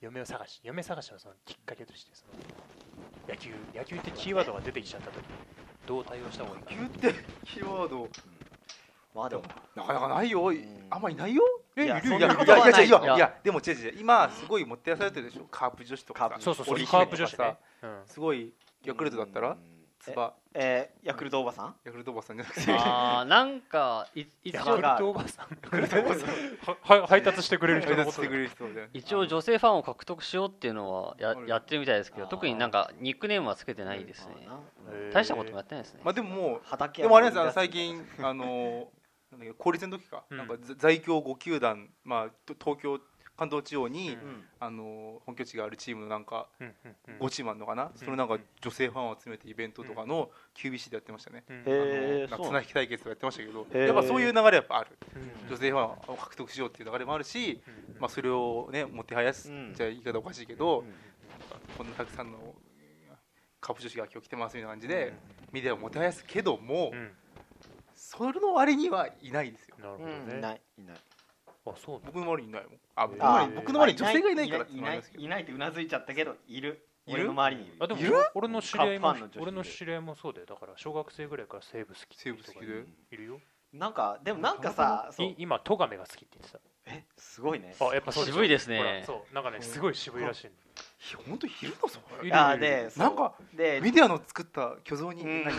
嫁探しのそのきっかけとしてその野球ってキーワードが出てきちゃった時どう対応した方がいいか野球ってキーワードまあでもなかなかないよ、あんまりないよ。 いやいるそんなことはないよ。 いやでも違う今すごいもてあされてるでしょ、カープ女子とかさ、 そう織カープ姫とか女子ねさ、すごいヤクルトだったらつばヤクルトおばさんヤクルトおばさんじゃなくてなんか一ヤクル応トおばさん配達してくれる人のことしてくれる人で、 一応女性ファンを獲得しようっていうのはやってるみたいですけど、特になんかニックネームはつけてないですね。大したこともやってないですね。 まあでももう畑でもあれなんですよ、最近なんだっけ公立の時か、なんか在京5球団、まあ東京関東地方に、本拠地があるチームのなんか5チームあるのかな、そのなんか女性ファンを集めてイベントとかの QBC でやってましたね。綱引き対決とかやってましたけど、やっぱそういう流れやっぱある。女性ファンを獲得しようっていう流れもあるし、まあそれをねもてはやす、じゃ言い方おかしいけど、こんなたくさんのカープ女子が今日来てますみたいな感じでメディアをもてはやすけども、それの割にはいないですよ。 なるほどね。 いない。 あ、そう。 僕の周りにいないもん。僕の周りに女性がいないからいないってうなずいちゃったけどいる。俺の周りにいる。 あでも俺の知り合いもそうだよ。だから小学生ぐらいから西武好きって人がいるよ。 なんかでもなんかさ、 今戸亀が好きって言ってた。 すごいね。 あ、やっぱ渋いですね。 そうなんかねすごい渋いらしい。 本当にいるのそれ。 でなんかメディアの作った虚像にその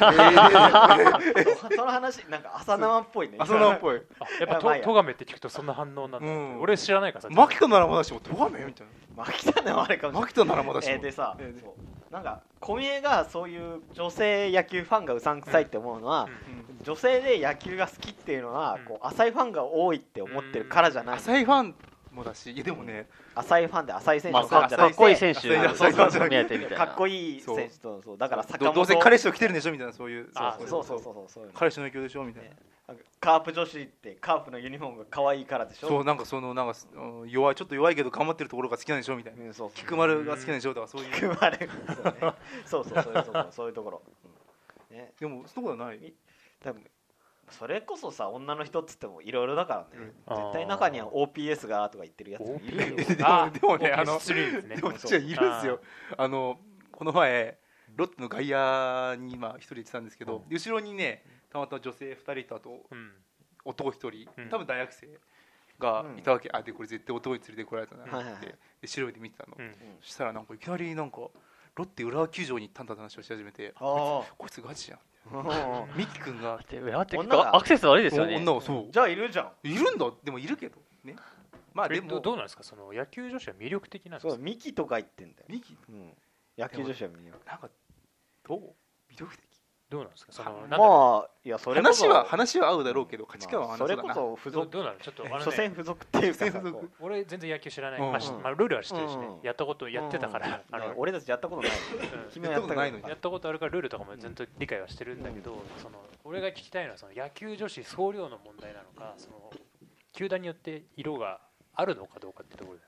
話なんか朝生っぽいね。 朝生っぽい。 やっぱ戸亀って聞くとそんな反応なんだ。俺知らないからさ。 牧田ならまだしも戸亀みたいな。牧田ならあれかもしれない。 牧田ならまだしも。 でさ、なんか小宮がそういう女性野球ファンがうさんくさいって思うのは、女性で野球が好きっていうのはこう浅いファンが多いって思ってるからじゃない。 浅いファンもだし、でもね、 浅いファンで浅い選手のファンじゃなかっこいい選手見えてみたいな。かっこいい選手とそうだから坂本どうせ彼氏と来てるんでしょみたいなそういう。 そう彼氏の影響でしょみたいな。 カープ女子ってカープのユニフォームが可愛いからでしょ。 そうなんかちょっと弱いけど頑張ってるところが好きなんでしょみたいな。菊丸が好きなんでしょとかそういう。 菊丸。そういうところ。 でもそういうことはない。 多分それこそさ女の人っつってもいろいろだからね、絶対中には OPS がとか言ってるやつもいるよ。 でもねでもちろんいるんですよ。この前ロッテの外野に今一人いてたんですけど、後ろにねたまたま女性2人とあと男1人多分大学生がいたわけ。でこれ絶対男に連れてこられたなって白いで見てたの。そしたらなんかいきなりなんかロッテ浦和球場に行ったんだって話をし始めて、こいつガチじゃん。ミキ君がアクセス悪いですよね。 じゃあいるじゃん。 いるんだ。でもいるけどね。まあでもどうなんですか、その野球女子は魅力的なんですか。 そうミキとか言ってんだよ。 ミキ、 野球女子は魅力。 なんかどう魅力的。 どうなんですか。 まあいやそれこそ話は合うだろうけど価値観はそれこそ付属どうなのちょっと所詮付属っていうか俺全然野球知らない。まあルールは知ってるしね。やったことやってたから俺たちやったことない。 君はやったことないのに。 やったことあるからルールとかも全然理解はしてるんだけど、その俺が聞きたいのはその野球女子総量の問題なのか、その球団によって色があるのかどうかってところで。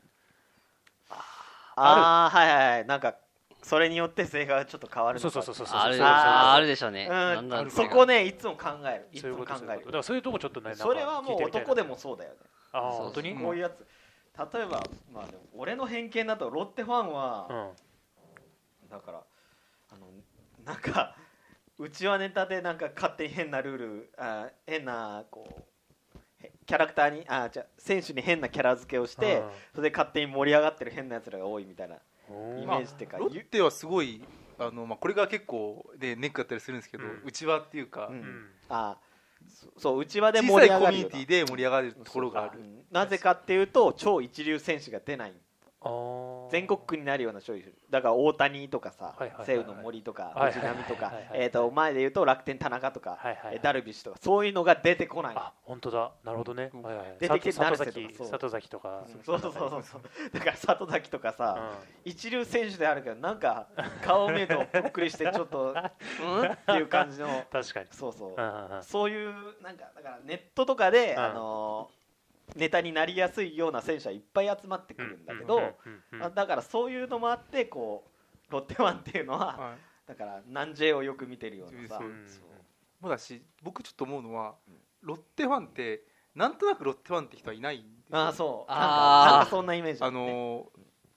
はいなんかそれによって性がちょっと変わるのか。 あるでしょうね。 そこねいつも考える。 そういうことだからそういうとこちょっとね。 それはもう男でもそうだよね。 本当にこういうやつ例えばまあでも俺の偏見だとロッテファンはだからなんかうちはネタでなんか勝手に変なルール変なこうキャラクターにじゃ選手に変なキャラ付けをしてそれで勝手に盛り上がってる変なやつらが多いみたいなイメージってか。 ロッテはすごいこれが結構でネックだったりするんですけど、うちわっていうかそううちわで盛り上がる小さいコミュニティで盛り上がるところがある。 なぜかっていうと超一流選手が出ない。全国区になるような勝利だから大谷とかさ西武の森とか藤浪とか前で言うと楽天田中とかダルビッシュとかそういうのが出てこない。 本当だ。なるほどね。 出てきて里崎とかそうだから里崎とかさ一流選手であるけどなんか顔を見るとぽっくりしてちょっとっていう感じの確かにそういうなんかだからネットとかでネタになりやすいような選手はいっぱい集まってくるんだけど、だからそういうのもあってこうロッテファンっていうのはだから南 J をよく見てるようなさ。 もだし僕ちょっと思うのはロッテファンってなんとなくロッテファンって人はいないんですよ。 そうなんかそんなイメージ。 ロ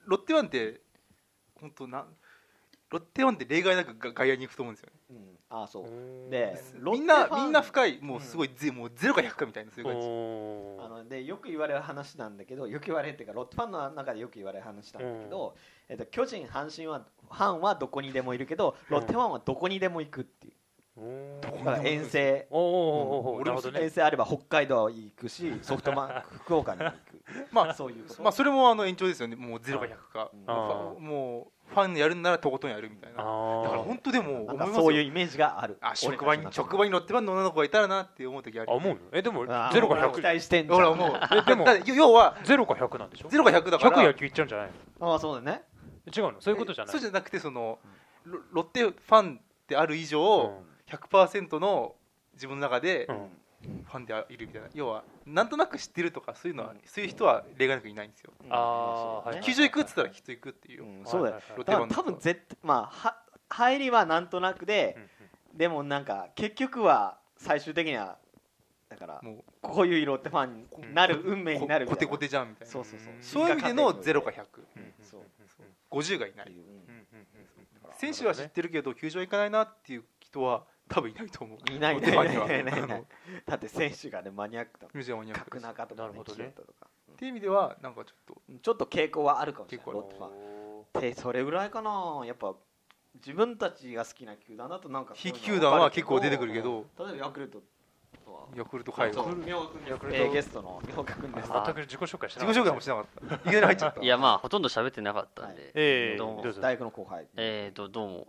ロッテワンって本当ロッテワンって例外なく外野に行くと思うんですよね。 ああそうでみんな深いもうすごいもう0か100かみたいなそういう感じ。 でよく言われる話なんだけど、よく言われるっていうかロッテファンの中でよく言われる話なんだけど、巨人阪神はファンはどこにでもいるけどロッテファンはどこにでも行くっていう。だから遠征遠征あれば北海道行くしソフトバンク福岡にも行くまあそういうこと。 まあそれも延長ですよね。もう0か100かもうファンやるんならとことんやるみたいな。だから本当でも思いますよ。 そういうイメージがある。 職場にロッテファンの女の子がいたらなって思う時ある。 思うの？でも0か100 期待してんじゃん。 ほらもうでも要は 0か100なんでしょ。 0か100だから 100野球いっちゃうんじゃないの？ ああそうだね。 違うの？そういうことじゃない。 そうじゃなくてそのロッテファンである以上100% の自分の中でファンでいるみたいな。要はなんとなく知ってるとかそういうのはそういう人は例外なくいないんですよ。球場行くっつったらきっと行くっていう。 そうだよ。多分絶対まあ入りはなんとなくで、でもなんか結局は最終的にはだからもうこういうロッテファンになる運命になるみたいな。コテコテじゃんみたいな。 そういう意味での0か100、50がいない。選手は知ってるけど球場行かないなっていう人は多分いないと思う。 いない。だって選手がねマニアックだもん。角中とかね。 っていう意味ではなんかちょっと傾向はあるかもしれない。ロッテファン。でそれぐらいかな。やっぱ自分たちが好きな球団だとなんか非球団は結構出てくるけど、 例えばヤクルト。 ヤクルト会ゲストの宮岡君です。 全く自己紹介してなかった。自己紹介もしなかった。いきなり入っちゃった。 いやまあほとんど喋ってなかったんで。 どうも大学の後輩。 どうも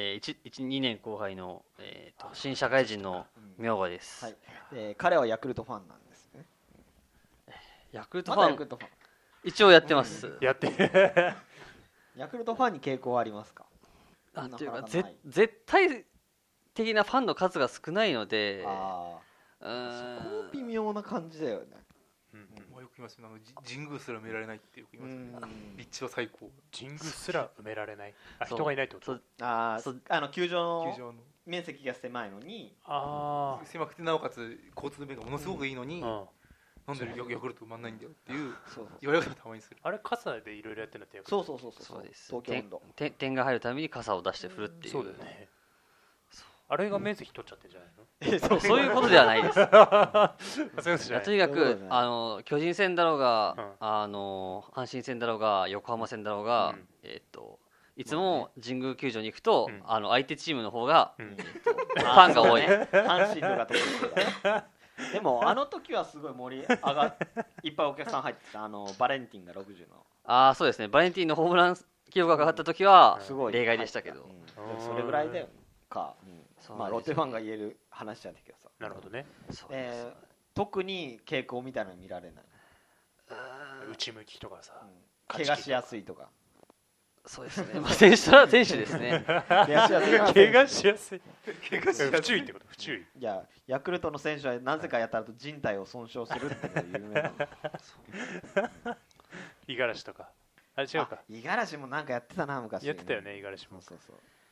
2年後輩の新社会人の明賀です。 彼はヤクルトファンなんですね。 ヤクルトファン一応やってます。 やってヤクルトファンに傾向はありますか？ なんていうか絶対的なファンの数が少ないので。 そこも微妙な感じだよね。 よく言いますよ。神宮すら埋められないってよく言います。立地は最高。 神宮すら埋められない。人がいないってこと？ 球場の面積が狭いのに。 狭くてなおかつ交通の便がものすごくいいのに、なんでヤクルト埋まんないんだよっていう言われ方たまにする。 あれ傘でいろいろやってるんだって。 そうです。東京温度。 点が入るために傘を出して振るっていう。 そうだよね。あれが面積取っちゃってるんじゃないの？そういうことではないです。とにかく巨人戦だろうが阪神戦だろうが横浜戦だろうがいつも神宮球場に行くと相手チームの方がファンが多い。 阪神とかとでもあの時はすごい盛り上がっいっぱいお客さん入ってたバレンティンが60の。 そうですね。バレンティンのホームラン記録がかかった時は例外でしたけど。 それぐらいだよか。まあロッテファンが言える話なんだけどさ。 なるほどね。 特に傾向みたいなの見られない。 内向きとかさ、 怪我しやすいとか。 そうですね。まあ選手ですね。 怪我しやすい。不注意ってこと？不注意。 いやヤクルトの選手はなぜかやたらと靭帯を損傷するっていう有名な。 五十嵐とか。あれ違うか。 五十嵐もなんかやってたな昔。 やってたよね五十嵐も。 そう。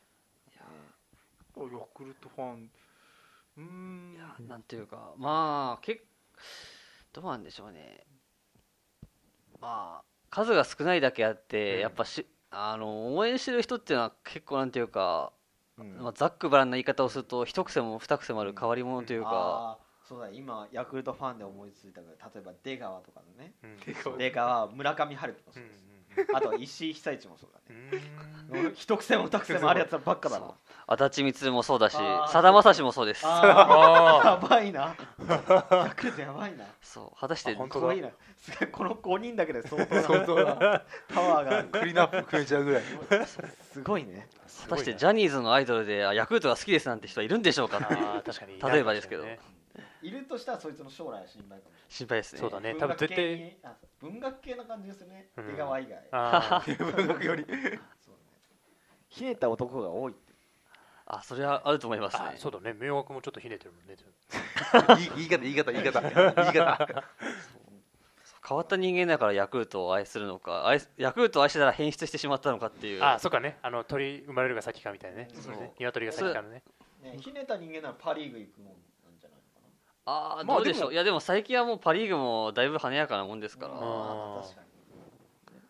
ヤクルトファンなんていうかまあどうなんでしょうね。まあ数が少ないだけあってやっぱ応援してる人っていうのは結構なんていうかざっくばらんな言い方をすると一癖も二癖もある変わり者というか。 そうだ今ヤクルトファンで思いついたけど例えば出川とかのね。出川村上春樹もそうです。あと石井久一もそうだね。一癖も二癖もあるやつばっかだな。 足立光もそうだしさだまさしもそうです。 やばいな。ヤクルトやばいな。 そう果たしてこの5人だけで相当なパワーがクリーンアップ組めちゃうぐらい。 すごいね。 果たしてジャニーズのアイドルでヤクルトが好きですなんて人はいるんでしょうか。 確かに例えばですけど。 いるとしたらそいつの将来は心配かもしれない。 心配ですね。 そうだね。多分絶対文学系な感じですよね。出川以外。 文学より。 ひねった男が多いって。 それはあると思いますね。 そうだね。明学もちょっとひねてるもんね。 言い方。 変わった人間だからヤクルトを愛するのか、ヤクルトを愛してたら変質してしまったのかっていう。 そうかね。鳥生まれるが先かみたいなね。鶏が先かのね。 ひねった人間ならパリーグ行くもん。 どうでしょう。いやでも最近はもうパリーグもだいぶ華やかなもんですから。 確かに。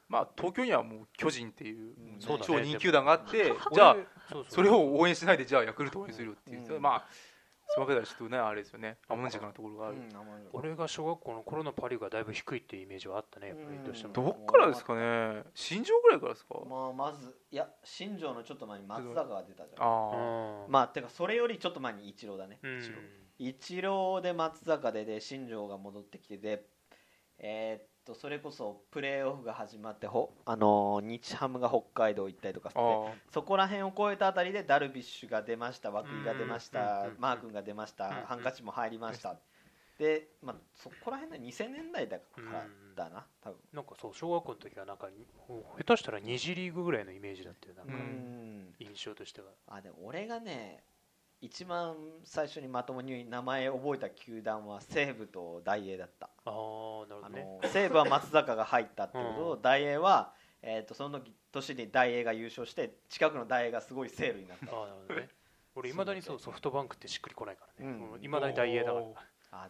まあ東京にはもう巨人っていうそうだね超人気球団があってじゃあそれを応援しないでじゃあヤクルトを応援するよっていうまあそういうわけではちょっとねあれですよね天の弱なところがある。 俺が小学校の頃のパ・リーグがだいぶ低いっていうイメージはあったねやっぱりどうしても。 どっからですかね新庄ぐらいからですか。 まずいや新庄のちょっと前に松坂が出たじゃん。 あまあてかそれよりちょっと前にイチローだね。 うんイチローで松坂で新庄が戻ってきてでそれこそプレーオフが始まって日ハムが北海道行ったりとかしてそこら辺を越えたあたりでダルビッシュが出ました涌井が出ましたマー君が出ましたハンカチも入りましたで、まあ、そこら辺で2000年代だからだな多分なんかそう小学校の時はなんか下手したら2次リーグぐらいのイメージだったよなんか印象としては。 でも俺がね一番最初にまともに名前覚えた球団は西武とダイエーだった。 なるほどね。 西武は松坂が入ったってこととダイエーは、その年にダイエーが優勝して近くのダイエーがすごいセールになった。 なるほどね。俺いまだにソフトバンクってしっくりこないからね。いまだにダイエーだから。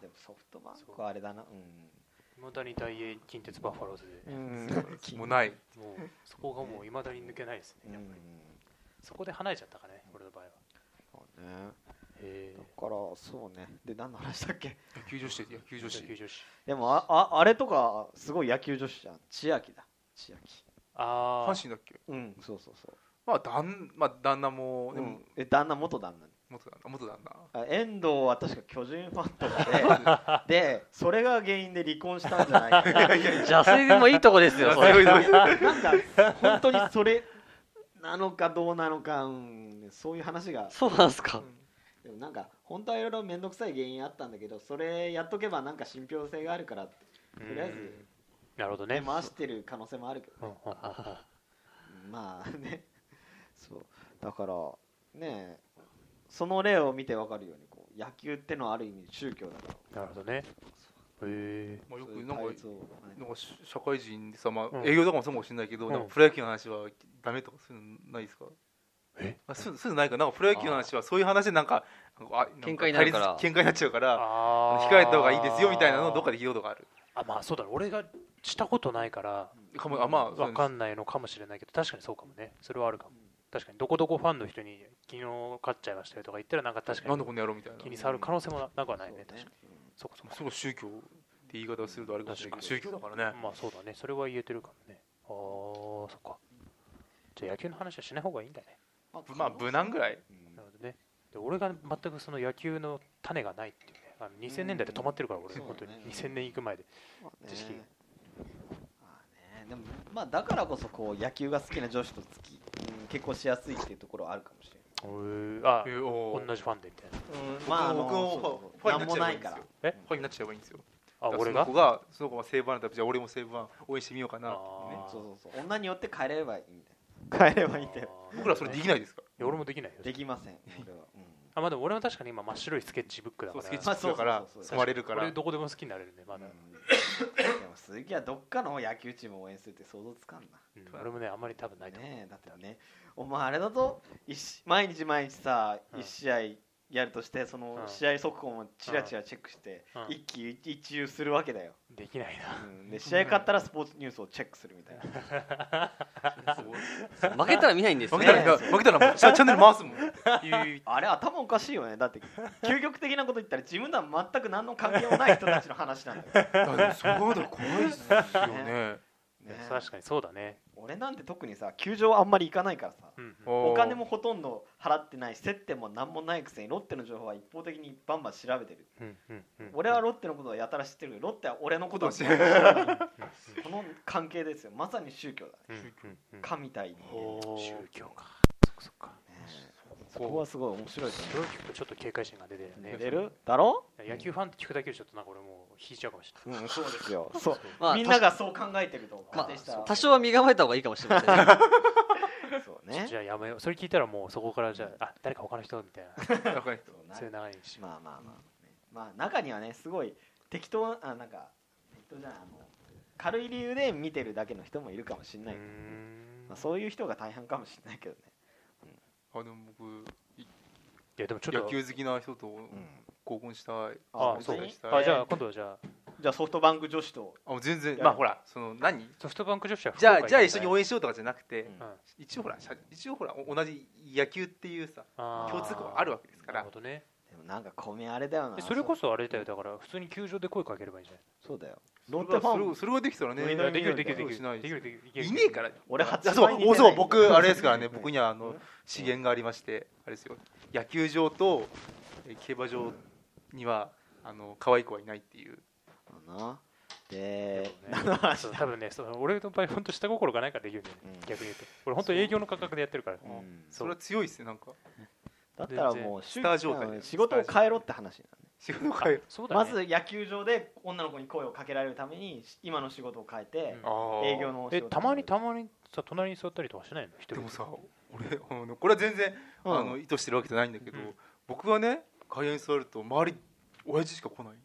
でもソフトバンクはあれだな。いまだにダイエー近鉄バファローズでもうないもうそこがもういまだに抜けないですね。そこで離れちゃったかね俺の場合は。 だからそうねで何の話だっけ。 野球女子でもあれとかすごい野球女子じゃん。千秋だ千秋。 阪神だっけ。 そうまあ旦那もでも旦那元旦那遠藤は確か巨人ファンとかでそれが原因で離婚したんじゃないかな。 女性もいいとこですよそれ。 なんか本当にそれなのかどうなのか、そういう話が。 そうなんですか。 でもなんか本当はいろいろ面倒くさい原因あったんだけどそれやっとけばなんか信憑性があるからとりあえずなるほどね回してる可能性もあるけどね。まあねそうだからねその例を見て分かるように野球ってのはある意味宗教だから。 なるほどね。 まあよくなんか社会人でさ営業とかもそうかもしれないけどなんかプロ野球の話はダメとかそういうのないですか。そういうのないかなんかプロ野球の話はそういう話でなんか喧嘩になるから喧嘩になっちゃうから控えた方がいいですよみたいなのをどっかで聞いたことがある。 まあそうだね俺がしたことないから分かんないのかもしれないけど確かにそうかもねそれはあるかも。確かにどこどこファンの人に昨日勝っちゃいましたよとか言ったらなんか確かになんでこんなやろうみたいな気に障る可能性もなくはないね。確かにその宗教って言い方をするとあれかもしれないけど宗教だからね。 まあそうだねそれは言えてるかもね。そっかじゃあ野球の話はしない方がいいんだね。 まあ無難ぐらい。 なるほどね。で俺が全くその野球の種がないっていうね2000年代で止まってるから俺本当に2000年行く前で知識が。 でもまあだからこそ野球が好きな女子と結婚しやすいっていうところはあるかもしれない。 同じファンでみたいな。 まあ僕もファンになっちゃえばいいんですよ。 ファンになっちゃえばいいんですよ。 俺がその子が西武ファンだったらじゃあ俺も西武ファン応援してみようかなってね。 そう女によって変えればいいんだよ。変えればいいんだよ。 僕らそれできないですか。 俺もできないよ。 できません俺は。 まあでも俺は確かに今真っ白いスケッチブックだからスケッチブックだから染まれるから俺どこでも好きになれるねまだ。 でも鈴木はどっかの野球チームを応援するって想像つかんな。 俺もねあんまり多分ないと思う。 だってねお前あれだと毎日さ1試合やるとしてその試合速報もチラチラチェックして一喜一憂するわけだよ。 できないな。 で試合勝ったらスポーツニュースをチェックするみたいな。 負けたら見ないんですね。 負けたらもうチャンネル回すもん。 あれ頭おかしいよね。だって究極的なこと言ったら自分とは全く何の関係もない人たちの話なんだよ。 そうだ怖いですよね。 確かにそうだね。 俺なんて特にさ球場あんまり行かないからさ、お金もほとんど払ってない接点も何もないくせにロッテの情報は一方的にバンバン調べてる。俺はロッテのことはやたら知ってるけどロッテは俺のことは知らない。この関係ですよ。まさに宗教だね。神みたいに宗教か。そっか。 そこはすごい面白いですね。 それを聞くとちょっと警戒心が出てるね。 出るだろ？ 野球ファンって聞くだけでちょっとなんか俺もう引いちゃうかもしれない。 そうですよ。みんながそう考えてると仮定した。 多少は身構えた方がいいかもしれませんね。 そうね。 じゃあやめよう。それ聞いたらもうそこからじゃあ誰か他の人みたいな。そういう長いし。 まあ中にはねすごい適当なんか適当じゃない軽い理由で見てるだけの人もいるかもしれないけど、まあそういう人が大半かもしれないけどね。 でも僕でもちょっと野球好きな人と合コンしたい。 そう。じゃあ今度はじゃあじゃあソフトバンク女子と全然まあほらその何ソフトバンク女子はじゃあ一緒に応援しようとかじゃなくて、一応ほら同じ野球っていうさ共通項があるわけですから。 なるほどね。 でもなんか米あれだよな。 それこそあれだよ、だから普通に球場で声かければいいじゃない。 そうだよ。ロッテファンそれができたらね。 できるいねえから。 俺そう僕あれですからね。僕には資源がありまして、あれですよ。野球場と競馬場には可愛い子はいないっていう。 で、 多分ね、俺の場合本当下心がないからできるんだよね。逆に言うと、俺本当営業の価格でやってるから。 それは強いですねなんか。 だったらもうスター状態で仕事を変えろって話なんで。 仕事を変える。 まず野球場で女の子に声をかけられるために今の仕事を変えて営業の仕事。 たまにさ隣に座ったりとかしないの？ でもさ、俺これは全然意図してるわけじゃないんだけど、僕はね会社に座ると周り親父しか来ない。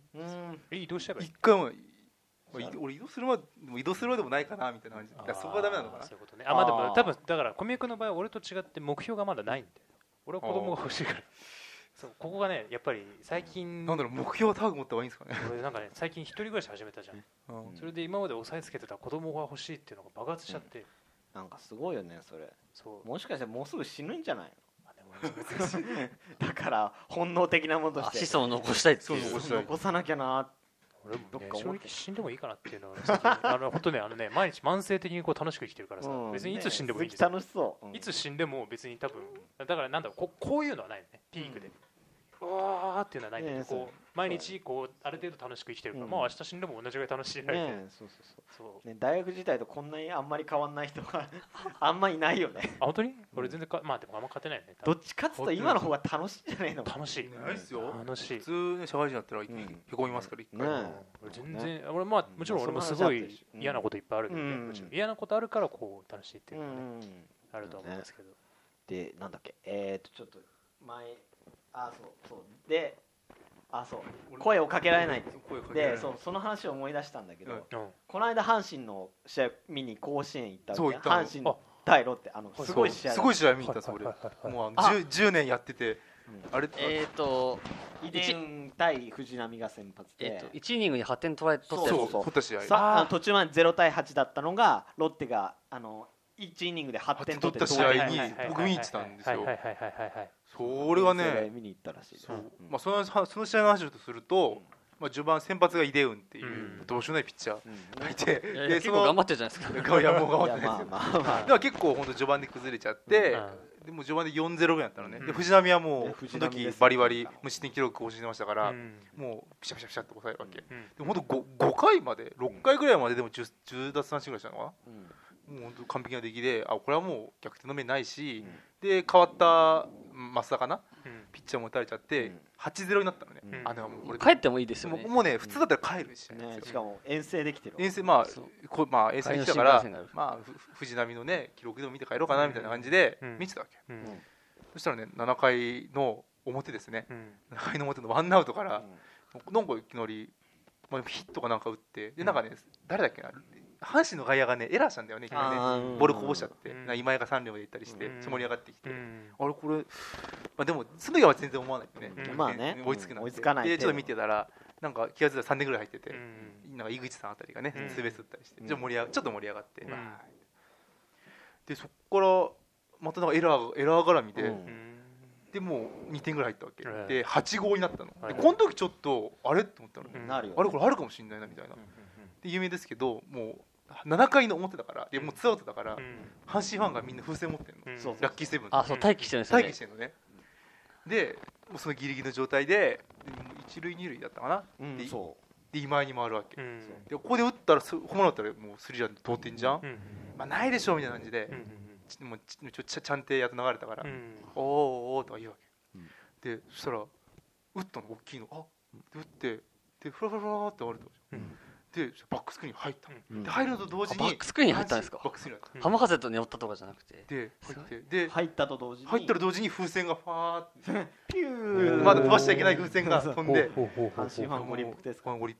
移動しちゃえばいい。 一回も俺移動するまでもないかなみたいな感じ。そこはダメなのかな。 そういうことね。まあでも多分だから小宮君の場合俺と違って目標がまだないんだよ。俺は子供が欲しいから。そうここがねやっぱり最近なんだろう目標は高く持った方がいいんですかね。 俺なんかね最近一人暮らし始めたじゃん。それで今まで押さえつけてた子供が欲しいっていうのが爆発しちゃって。 なんかすごいよねそれ。 そうもしかしてもうすぐ死ぬんじゃないの？だから本能的なものとして子孫を残したいっていう残さなきゃな。 俺もね正直死んでもいいかなっていうのは本当ね毎日慢性的にこう楽しく生きてるからさ、別にいつ死んでもいいんですよ。 楽しそう、 いつ死んでも別に多分だからなんだろうこういうのはないねピークで、うわーっていうのはないんだけど、こう毎日こうある程度楽しく生きてるから、まあ明日死んでも同じぐらい楽しいられて、 そうね、大学時代とこんなにあんまり変わんない人があんまいないよね。 あ本当に？俺全然まあでもあんま勝てないよね。 どっちかっつうと今の方が楽しいじゃないの？ 楽しい。 ないっすよ。 楽しい。 普通ね社会人だったらへこみますから一回。 俺全然俺まあもちろん俺もすごい嫌なこといっぱいあるけど、嫌なことあるからこう楽しいっていうのがねあると思うんですけど。 でなんだっけちょっと前そうでそう声をかけられないでその話を思い出したんだけど、この間阪神の試合見に甲子園行ったわけ。阪神対ロッテすごい試合見に行ったそれ。もう10年やっててあれイデン対藤浪が先発で 1イニングに8点取った試合。 途中まで0対8だったのがロッテが1イニングで8点取った試合に僕見に行ってたんですよ。それがね、まあその試合の話をすると、まあ序盤先発がイデウンっていうどうしようもないピッチャーがいて、 結構頑張ってるじゃないですか。 いやもう頑張ってないですよ。でも結構本当序盤で崩れちゃって、でも序盤で4-0ぐらいだったのね。で藤浪はもうその時バリバリ無失点記録更新してましたから、もうピシャピシャピシャって抑えるわけ。でも本当5回まで6回ぐらいまででも10奪三振ぐらいしたのかな。もう本当完璧な出来で、これはもう逆転の目ないし、で変わった増田かな、ピッチャーも打たれちゃって8-0になったのね。 でもこれ帰ってもいいですよね。 もうね普通だったら帰るし、 しかも遠征できてる。 遠征遠征できたからまあ藤浪のね記録でも見て帰ろうかなみたいな感じで見てたわけ。そしたらね7回の表ですね。7回の表のワンアウトからなんかいきなりヒットかなんか打って、でなんかね誰だっけな。阪神の外野がねエラーしたんだよね。ボールこぼしちゃって今井が3塁まで行ったりして盛り上がってきて、あれこれ、まあ、でもその時は全然思わないよね。 まあね追いつくなんて。 追いつかないでちょっと見てたらなんか気が付いたら3年ぐらい入ってて、なんか井口さんあたりがねツーベース打ったりしてちょっと盛り上がって、でそこからまたなんかエラー絡みで、でもう2点ぐらい入ったわけで8-5になったの。でこの時ちょっとあれって思ったの。あれこれあるかもしれないなみたいな。で有名ですけどもう7回の表だから、でもう2アウトだから、阪神ファンがみんな風船持ってるの、ラッキーセブン。 そう待機してるんですね。 待機してるのね。でもうそのギリギリの状態で一塁二塁だったかな、で今井に回るわけ、でここで打ったらホームランだったらもうスリーラン同点じゃん、まあないでしょみたいな感じで、もうちゃんとやっと流れたから、おーとか言うわけ、でそしたら打ったの大きいの、で打ってでフラフラフラって終わると、でバックスクリーン入ったの、で入ると同時にバックスクリーンに入ったんですか。浜風とに寄ったとかじゃなくて、 で入ったと同時に風船がファーってピュー、 まだ飛ばしちゃいけない風船が飛んで、 阪神ファンご立腹ですか。 ご立腹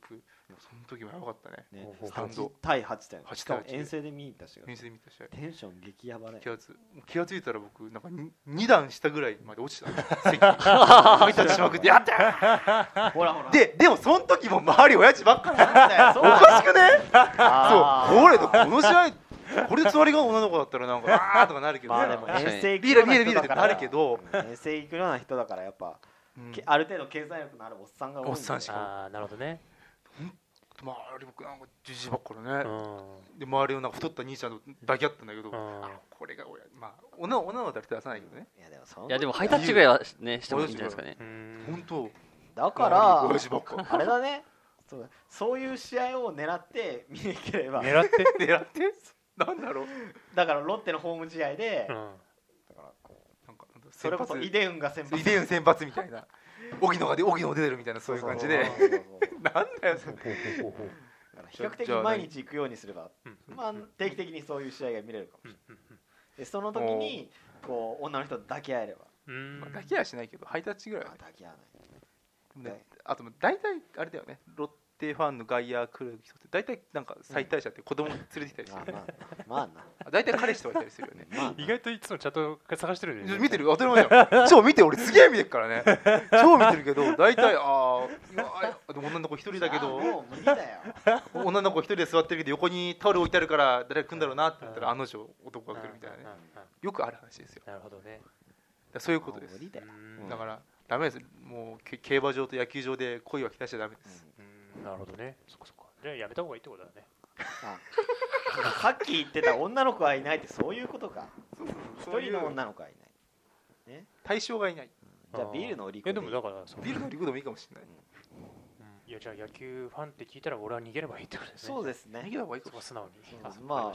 その時もやばかったね。 スタンド対8だよ。しかも遠征で見に行ったし。 遠征で見た試合。 テンション激ヤバね。 気がついたら僕なんか2段下ぐらいまで落ちた。席ハイタッチしまくってやった。ほらでもその時も周り親父ばっかりなんだよ。おかしくね？そう。この試合これで隣が女の子だったらなんかあーとかなるけど。 まあでも遠征ビールってなるけど。 遠征行くような人だからやっぱある程度経済力のあるおっさんが多い。 おっさんしか。 ああなるほどね。 周り僕なんかじじばっからね、で周りのなんか太った兄ちゃんと抱き合ったんだけど、これが親、まあ女は誰と出さないけどね。 いやでもハイタッチぐらいはねしてもいいんじゃないですかね。 本当だからあれだね、そういう試合を狙って見に行ければ。 狙ってなんだろう。 だからロッテのホーム試合で、だからこうなんかそれこそイデウンが先発、 イデウン先発みたいな。荻野出てるみたいなそういう感じでなんだよそれ。 比較的毎日行くようにすれば、まあ定期的にそういう試合が見れるかもしれない。でその時にこう女の人と抱き合えれば、 抱き合いはしないけどハイタッチぐらいは抱き合わない。 あと大体あれだよね、ロッテファンの外野来る人って大体なんか最大者って子供連れてきたりする。 まあな。 大体彼氏とかいたりするよね。 意外といつもチャット探してるんで。 見てる、当たり前じゃん。超見てる、俺すげえ見てるからね。超見てるけど大体女の子一人だけど、 もう無理だよ。 女の子一人で座ってるけど横にタオル置いてあるから誰が来るんだろうなって言ったら案の定男が来るみたいなね。よくある話ですよ。 なるほどね。 そういうことです。だからダメです。もう競馬場と野球場で恋は浸しちゃダメです。 なるほどね。そっか。じゃあやめた方がいいってことだね。 さっき言ってた女の子はいないってそういうことか。一人の女の子はいない。ね。 対象がいない。 じゃあビールの売り子。 でもだからビールの売り子でもいいかもしれない。 いやじゃあ野球ファンって聞いたら俺は逃げればいいってことですね。 そうですね。 逃げた方がいいかも。 素直に。 まあ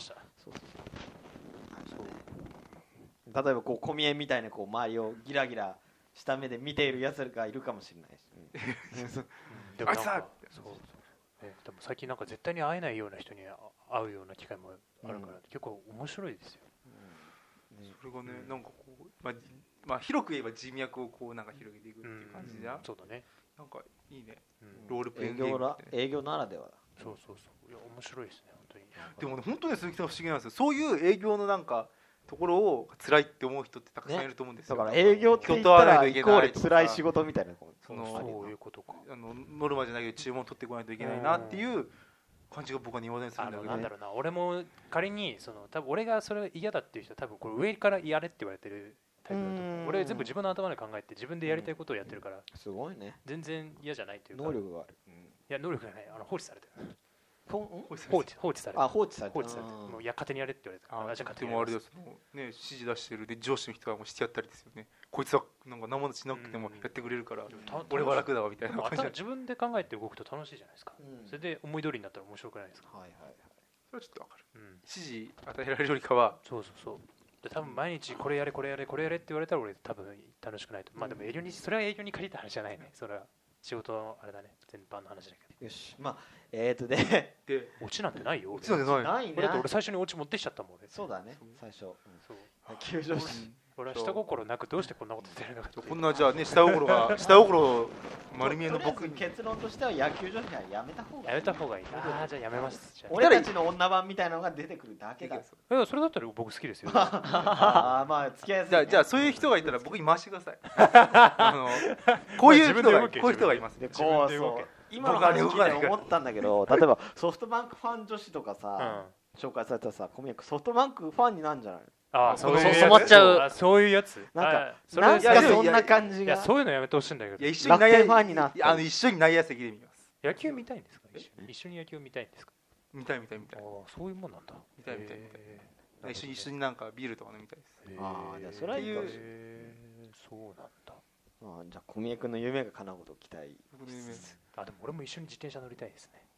例えばこう小見えみたいなこう周りをギラギラした目で見ているやつがいるかもしれないし。 でもなんかでも最近なんか絶対に会えないような人に会うような機会もあるから結構面白いですよ。 それがねなんかこうまあ広く言えば人脈をこうなんか広げていくっていう感じじゃん。 そうだね。 なんかいいね。ロールプレイングゲーム営業ならではだ。 そういや面白いですね本当に。 でもね本当に鈴木さん不思議なんですよ。そういう営業のなんかところを辛いって思う人ってたくさんいると思うんですよ。 だから営業って言ったらイコール辛い仕事みたいな。 そういうことか。 ノルマじゃないけど注文取ってこないといけないなっていう感じが僕は庭にするんだけど、 なんだろうな、俺も仮に多分俺がそれ嫌だっていう人は多分これ上からやれって言われてるタイプだと思う。俺全部自分の頭で考えて自分でやりたいことをやってるから、 すごいね。 全然嫌じゃないというか。 能力がある。 いや能力がない、放置されてる。放置されてる。 放置されてる。 もういや勝手にやれって言われた。 じゃあ勝手にやる。でもあれですね、指示出してるで上司の人はもうしてやったりですよね。こいつはなんか何もしなくてもやってくれるから俺は楽だわみたいな感じ。 自分で考えて動くと楽しいじゃないですか。それで思い通りになったら面白くないですか。 はい。 それはちょっとわかる。指示与えられるよりかは。 そう。で多分毎日これやれって言われたら俺多分楽しくないと。まあでもそれは営業に限った話じゃないね。それは仕事のあれだね、全般の話だけど。 よし、まあオチなんてないよ。 オチなんてない。 俺最初にオチ持ってきちゃったもん。 そうだね、最初。 そう。 急上司。 俺は下心なくどうしてこんなことしてるのか。 こんなじゃあね下心丸見えの僕に。 結論としては野球女子はやめた方がいい。 やめた方がいい。じゃあやめます。 俺たちの女版みたいなのが出てくるだけだ。 それだったら僕好きですよ。 まあ付き合いやすい。 じゃあそういう人がいたら僕に回してください。こういう人がいます。 今の話聞いて思ったんだけど、例えばソフトバンクファン女子とかさ紹介されたらさ、小宮君ソフトバンクファンになるんじゃない？ 染まっちゃう。 そういうやつ。 なんかそんな感じが。 いやそういうのやめてほしいんだけど。 一緒に内野席で見ます。 野球見たいんですか？一緒に野球見たいんですか？ 見たい。 そういうもんなんだ。 見たい。一緒になんかビールとか飲みたいです。 じゃあそれはいいかもしれない。 そうなんだ。 じゃあ小宮君の夢が叶うことを期待。 でも俺も一緒に自転車乗りたいですね。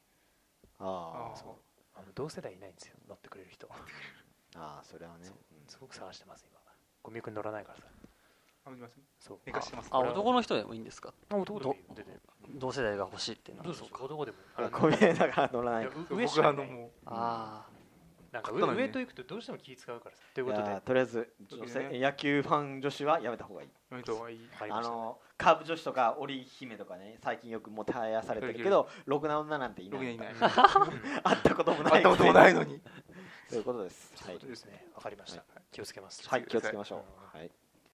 同世代いないんですよ、乗ってくれる人。 それはね。 すごく探してます今。小宮君乗らないからさ。 そう。寝かしてます。 男の人でもいいんですか？ 男でもいい。 同世代が欲しいっていうのは。 そう男でも。 小宮だから乗らない。 上下もう。 なんか上と行くとどうしても気使うからさ。ということでとりあえず野球ファン女子はやめた方がいい。 やめた方がいい。 カープ女子とか織姫とかね、最近よくもてはやされてるけど、ろくな女なんていない。会ったこともない。 会ったこともないのに。 ということです。 はい。そうですね。わかりました。気をつけます。 はい、気をつけましょう。はい。